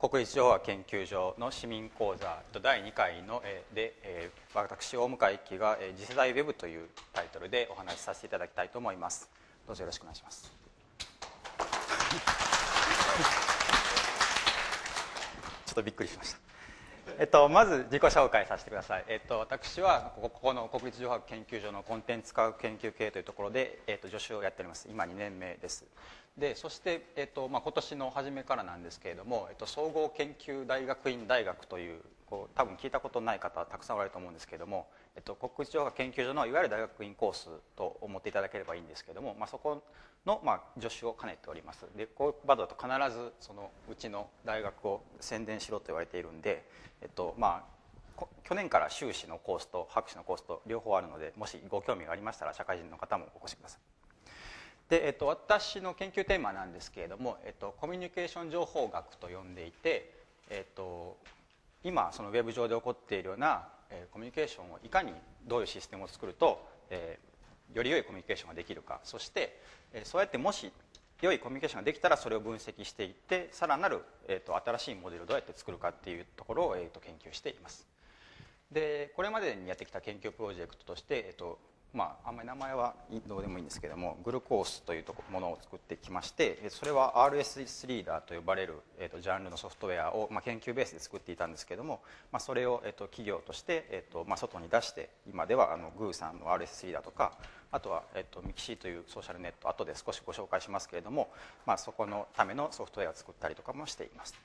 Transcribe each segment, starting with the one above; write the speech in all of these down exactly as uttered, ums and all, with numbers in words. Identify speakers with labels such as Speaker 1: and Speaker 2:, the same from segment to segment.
Speaker 1: 国立情報学研究所の市民講座だいにかいので、私大向一輝が次世代ウェブというタイトルでお話しさせていただきたいと思います。どうぞよろしくお願いします。ちょっとびっくりしました。えっと、まず自己紹介させてください。えっと、私はここの国立情報学研究所のコンテンツ科学研究系というところで、えっと、助手をやっております。今にねんめです。でそして、えっとまあ、今年の初めからなんですけれども、えっと、総合研究大学院大学という、こう多分聞いたことない方たくさんおられると思うんですけれども、えっと、国立情報学研究所のいわゆる大学院コースと思っていただければいいんですけれども、まあ、そこの、まあ、助手を兼ねております。でこういう場だと必ずそのうちの大学を宣伝しろと言われているんで、えっとまあ、去年から修士のコースと博士のコースと両方あるので、もしご興味がありましたら社会人の方もお越しください。で、えっと、私の研究テーマなんですけれども、えっと、コミュニケーション情報学と呼んでいて、えっと、今そのウェブ上で起こっているような、えー、コミュニケーションをいかにどういうシステムを作ると、えー、より良いコミュニケーションができるか、そして、えー、そうやってもし良いコミュニケーションができたらそれを分析していって、さらなる、えー、と新しいモデルをどうやって作るかっていうところを、えー、と研究しています。でこれまでにやってきた研究プロジェクトとして、えっとまあ、あんまり名前はどうでもいいんですけども、グルコースというものを作ってきまして、それは アールエスエス リーダーと呼ばれる、えっと、ジャンルのソフトウェアを、まあ、研究ベースで作っていたんですけども、まあ、それを、えっと、企業として、えっとまあ、外に出して、今ではあの グー さんの アールエスエス リーダーとか、あとは、えっと、ミキシーというソーシャルネット、後で少しご紹介しますけれども、まあ、そこのためのソフトウェアを作ったりとかもしています。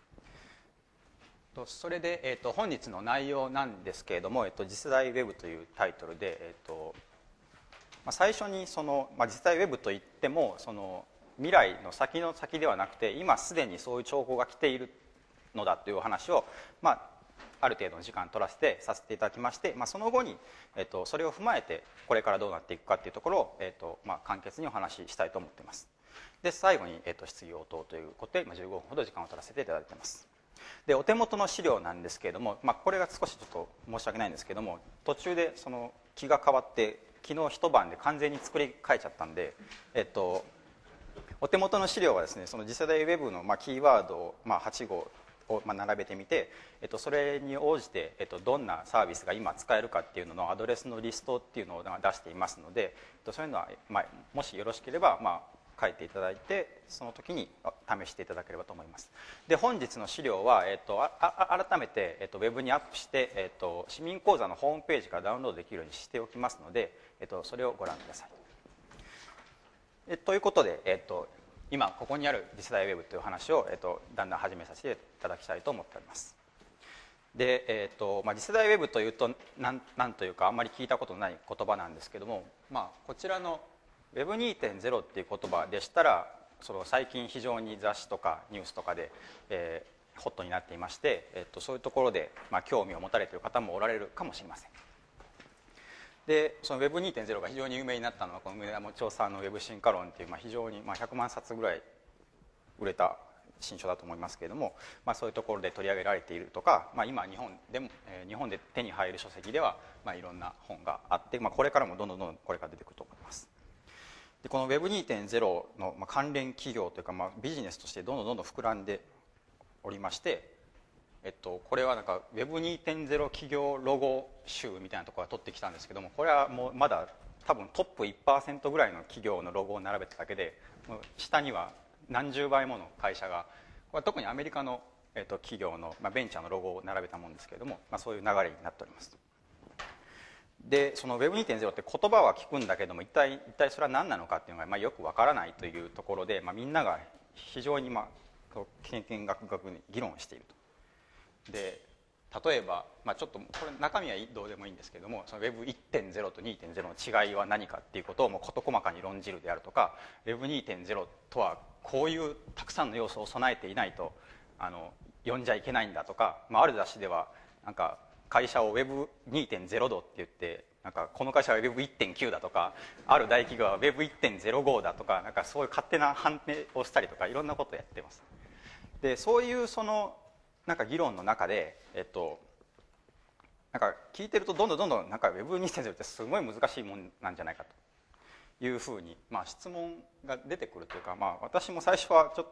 Speaker 1: それで、えー、と本日の内容なんですけれども、えー、と次世代ウェブというタイトルで、えーとまあ、最初にその、まあ、次世代ウェブといってもその未来の先の先ではなくて、今すでにそういう兆候が来ているのだというお話を、まあ、ある程度の時間取らせてさせていただきまして、まあ、その後に、えー、とそれを踏まえてこれからどうなっていくかというところを、えーとまあ、簡潔にお話ししたいと思っています。で最後に、えー、と質疑応答ということで、まあ、じゅうごふんほど時間を取らせていただいています。でお手元の資料なんですけれども、まあ、これが少しちょっと申し訳ないんですけども、途中でその気が変わって昨日一晩で完全に作り変えちゃったんで、えっと、お手元の資料はですね、その次世代ウェブのまあキーワードをまあはちごうをまあ並べてみて、えっと、それに応じて、えっと、どんなサービスが今使えるかっていうののアドレスのリストっていうのを出していますので、えっと、そういうのは、まあ、もしよろしければ、まあ書いていただいて、その時に試していただければと思います。で本日の資料は、えっと、ああ改めて、えっと、ウェブにアップして、えっと、市民講座のホームページからダウンロードできるようにしておきますので、えっと、それをご覧ください。えということで、えっと、今ここにある次世代ウェブという話を、えっと、だんだん始めさせていただきたいと思っております。で、えっとまあ、次世代ウェブというとなん、なんというかあんまり聞いたことのない言葉なんですけども、まあ、こちらのウェブ にてんゼロ っていう言葉でしたら、その最近非常に雑誌とかニュースとかで、えー、ホットになっていまして、えっと、そういうところで、まあ、興味を持たれている方もおられるかもしれません。でその ウェブ にてんゼロ が非常に有名になったのは、この梅田調査のウェブ進化論っていう、まあ、非常に、まあ、ひゃくまんさつぐらい売れた新書だと思いますけれども、まあ、そういうところで取り上げられているとか、まあ、今日本でも、えー、日本で手に入る書籍では、まあ、いろんな本があって、まあ、これからもどんどんどんどんこれから出てくると思います。でこの ウェブ にてんゼロ の関連企業というか、まあ、ビジネスとしてどんどんどんどん膨らんでおりまして、えっと、これはなんか ウェブ にてんゼロ 企業ロゴ集みたいなところが取ってきたんですけども、これはもうまだ多分トップ いちパーセント ぐらいの企業のロゴを並べただけで、もう下には何十倍もの会社が、これは特にアメリカの、えっと、企業の、まあ、ベンチャーのロゴを並べたものですけれども、まあ、そういう流れになっております。でその ウェブ にてんゼロ って言葉は聞くんだけども、一体一体それは何なのかっていうのが、まあ、よくわからないというところで、まあ、みんなが非常に、まあ、経験学学に議論していると。で例えば、まあ、ちょっとこれ中身はどうでもいいんですけども、その ウェブ いってんゼロ と にてんゼロ の違いは何かっていうことをもう事細かに論じるであるとか、 ウェブ にてんゼロ とはこういうたくさんの要素を備えていないとあの呼んじゃいけないんだとか、まあ、ある雑誌ではなんか会社を ウェブにてんゼロ 度って言って、なんかこの会社は ウェブいってんきゅう だとか、ある大企業は ウェブいってんゼロご だとか、なんかそういう勝手な判定をしたりとか、いろんなことをやってます。でそういうそのなんか議論の中で、えっとなんか聞いてるとどんどんどんどんなんか ウェブにてんゼロ ってすごい難しいもんなんじゃないかというふうに、まあ、質問が出てくるというか、まあ、私も最初はちょっと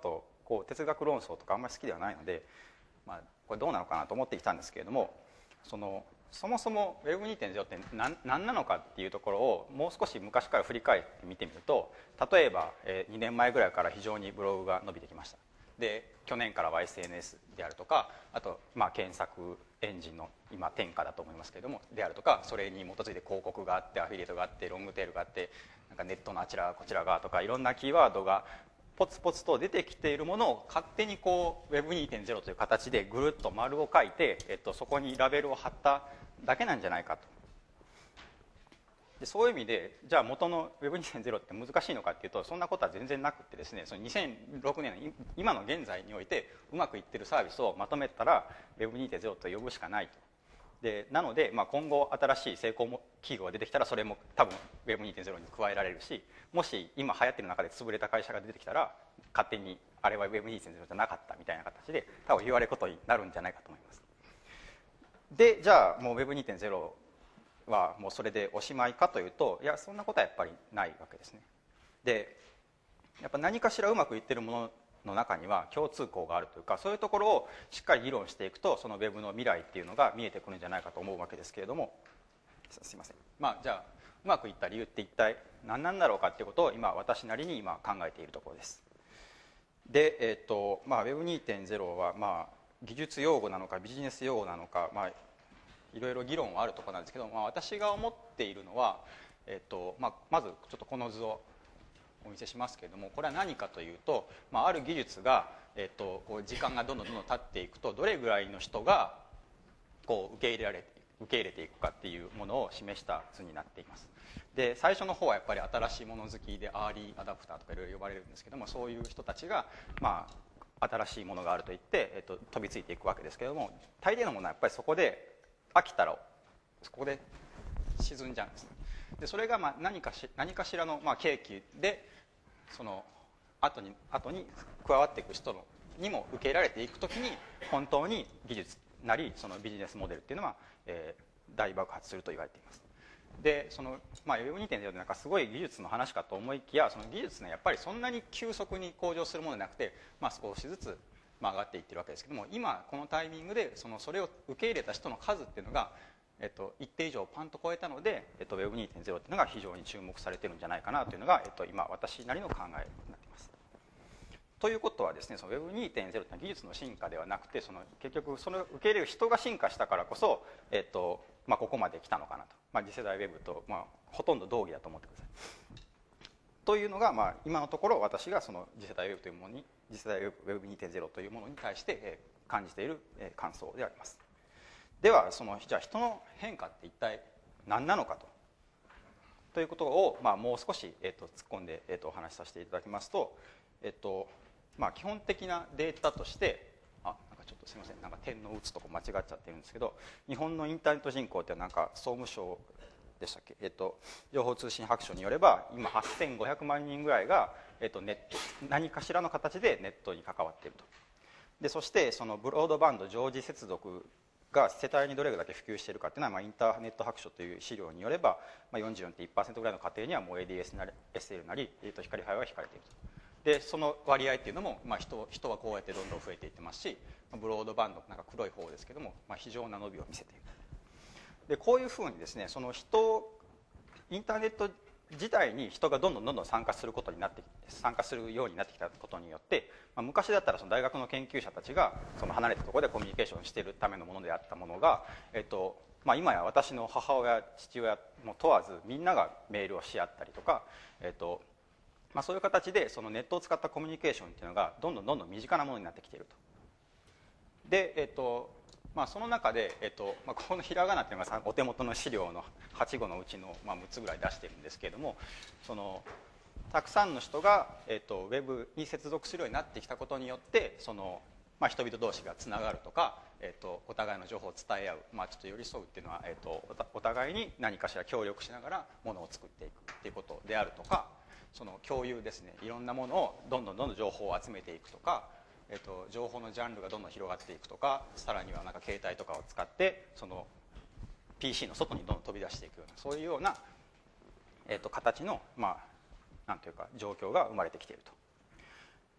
Speaker 1: こう哲学論争とかあんまり好きではないので、まあ、これどうなのかなと思ってきたんですけれども、そのそもそも ウェブにてんゼロ って何, 何なのかっていうところをもう少し昔から振り返って見てみると、例えば、えー、にねんまえぐらいから非常にブログが伸びてきました。で去年からは エスエヌエス であるとか、あとまあ検索エンジンの今天下だと思いますけれどもであるとか、それに基づいて広告があってアフィリエイトがあってロングテールがあって、なんかネットのあちらこちらがとか、いろんなキーワードがポツポツと出てきているものを勝手にこう ウェブにてんゼロ という形でぐるっと丸を書いて、えっと、そこにラベルを貼っただけなんじゃないかと。でそういう意味でじゃあ元の ウェブにてんゼロ って難しいのかっていうと、そんなことは全然なくってですね、そのにせんろくねんの今の現在においてうまくいってるサービスをまとめたら ウェブにてんゼロ と呼ぶしかないと。でなので、まあ、今後新しい成功企業が出てきたらそれも多分 ウェブにてんゼロ に加えられるし、もし今流行ってる中で潰れた会社が出てきたら勝手にあれは ウェブにてんゼロ じゃなかったみたいな形で多分言われることになるんじゃないかと思います。でじゃあもう ウェブにてんゼロ はもうそれでおしまいかというと、いやそんなことはやっぱりないわけですね。でやっぱ何かしらうまくいってるものの中には共通項があるというか、そういうところをしっかり議論していくとそのウェブの未来っていうのが見えてくるんじゃないかと思うわけですけれども、すいません、まあ、じゃあうまくいった理由って一体何なんだろうかっていうことを今私なりに今考えているところです。で、えーとまあ、ウェブにてんゼロ は、まあ、技術用語なのかビジネス用語なのか、まあ、いろいろ議論はあるところなんですけど、まあ、私が思っているのは、えーとまあ、まずちょっとこの図をお見せしますけれども、これは何かというと、まあ、ある技術が、えーとこう時間がどんどんどんどん経っていくとどれぐらいの人がこう受け入れられて受け入れていくかっていうものを示した図になっています。で最初の方はやっぱり新しいもの好きでアーリーアダプターとかいろいろ呼ばれるんですけども、そういう人たちが、まあ、新しいものがあると言って、えっと、飛びついていくわけですけれども、大抵のものはやっぱりそこで飽きたらそこで沈んじゃうんです。でそれがまあ何かし何かしらのまあ契機でその後に後に加わっていく人のにも受け入れられていくときに本当に技術なりそのビジネスモデルっていうのは、えー、大爆発すると言われています。でその、まあ、ウェブにてんゼロ でなんかすごい技術の話かと思いきや、その技術ねやっぱりそんなに急速に向上するものでなくて、まあ、少しずつ、まあ、上がっていってるわけですけども、今このタイミングでそのそれを受け入れた人の数っていうのが、えっと、一定以上パンと超えたので、えっと、ウェブにてんゼロ っていうのが非常に注目されてるんじゃないかなというのが、えっと、今私なりの考えになっています。ということはですね、その ウェブにてんゼロ というのは技術の進化ではなくて、その結局その受け入れる人が進化したからこそ、えっとまあ、ここまで来たのかなと、まあ、次世代ウェブと、まあ、ほとんど同義だと思ってください。というのが、まあ、今のところ私がその次世代ウェブというものに次世代ウェブ にてんゼロ というものに対して、えー、感じている、えー、感想であります。ではそのじゃあ人の変化って一体何なのかとということを、まあ、もう少し、えー、と突っ込んで、えー、とお話しさせていただきますと、えっ、ー、とまあ、基本的なデータとして、あ、なんかちょっとすみません、なんか点の打つとこ間違っちゃってるんですけど、日本のインターネット人口ってなんか総務省でしたっけ、えっと、情報通信白書によれば今はっせんごひゃくまんにんぐらいが、えっと、ネット何かしらの形でネットに関わっていると。でそしてそのブロードバンド常時接続が世帯にどれだけ普及しているかというのは、まあ、インターネット白書という資料によれば、まあ、よんじゅうよんてんいちパーセント ぐらいの家庭にはもう エーディーエス なり エスエル なり、えっと、光ファイバーが引かれていると。でその割合っていうのも、まあ、人, 人はこうやってどんどん増えていってますし、ブロードバンドなんか黒い方ですけども、まあ、非常な伸びを見せている。でこういうふうにですね、その人インターネット自体に人がどんどんどんどん参加することになって参加するようになってきたことによって、まあ、昔だったらその大学の研究者たちがその離れたところでコミュニケーションしているためのものであったものが、えっとまあ、今や私の母親父親も問わずみんながメールをし合ったりとか、えっとまあ、そういう形でそのネットを使ったコミュニケーションっていうのがどんどんどんどん身近なものになってきていると。で、えっとまあ、その中で、えっとまあ、ここのひらがなっていうのがお手元の資料のはちごのうちの、まあ、むっつぐらい出してるんですけれども、そのたくさんの人が、えっと、ウェブに接続するようになってきたことによってその、まあ、人々同士がつながるとか、えっと、お互いの情報を伝え合う、まあ、ちょっと寄り添うっていうのは、えっと、お互いに何かしら協力しながらものを作っていくっていうことであるとか、その共有ですね、いろんなものをどんどんどんどん情報を集めていくとか、えっと、情報のジャンルがどんどん広がっていくとか、さらにはなんか携帯とかを使ってその ピーシー の外にどんどん飛び出していくような、そういうような、えっと、形の、まあ、なんというか状況が生まれてきていると。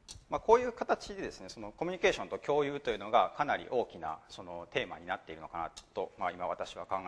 Speaker 1: まあ、こういう形でですね、そのコミュニケーションと共有というのがかなり大きなそのテーマになっているのかなと、まあ、今私は考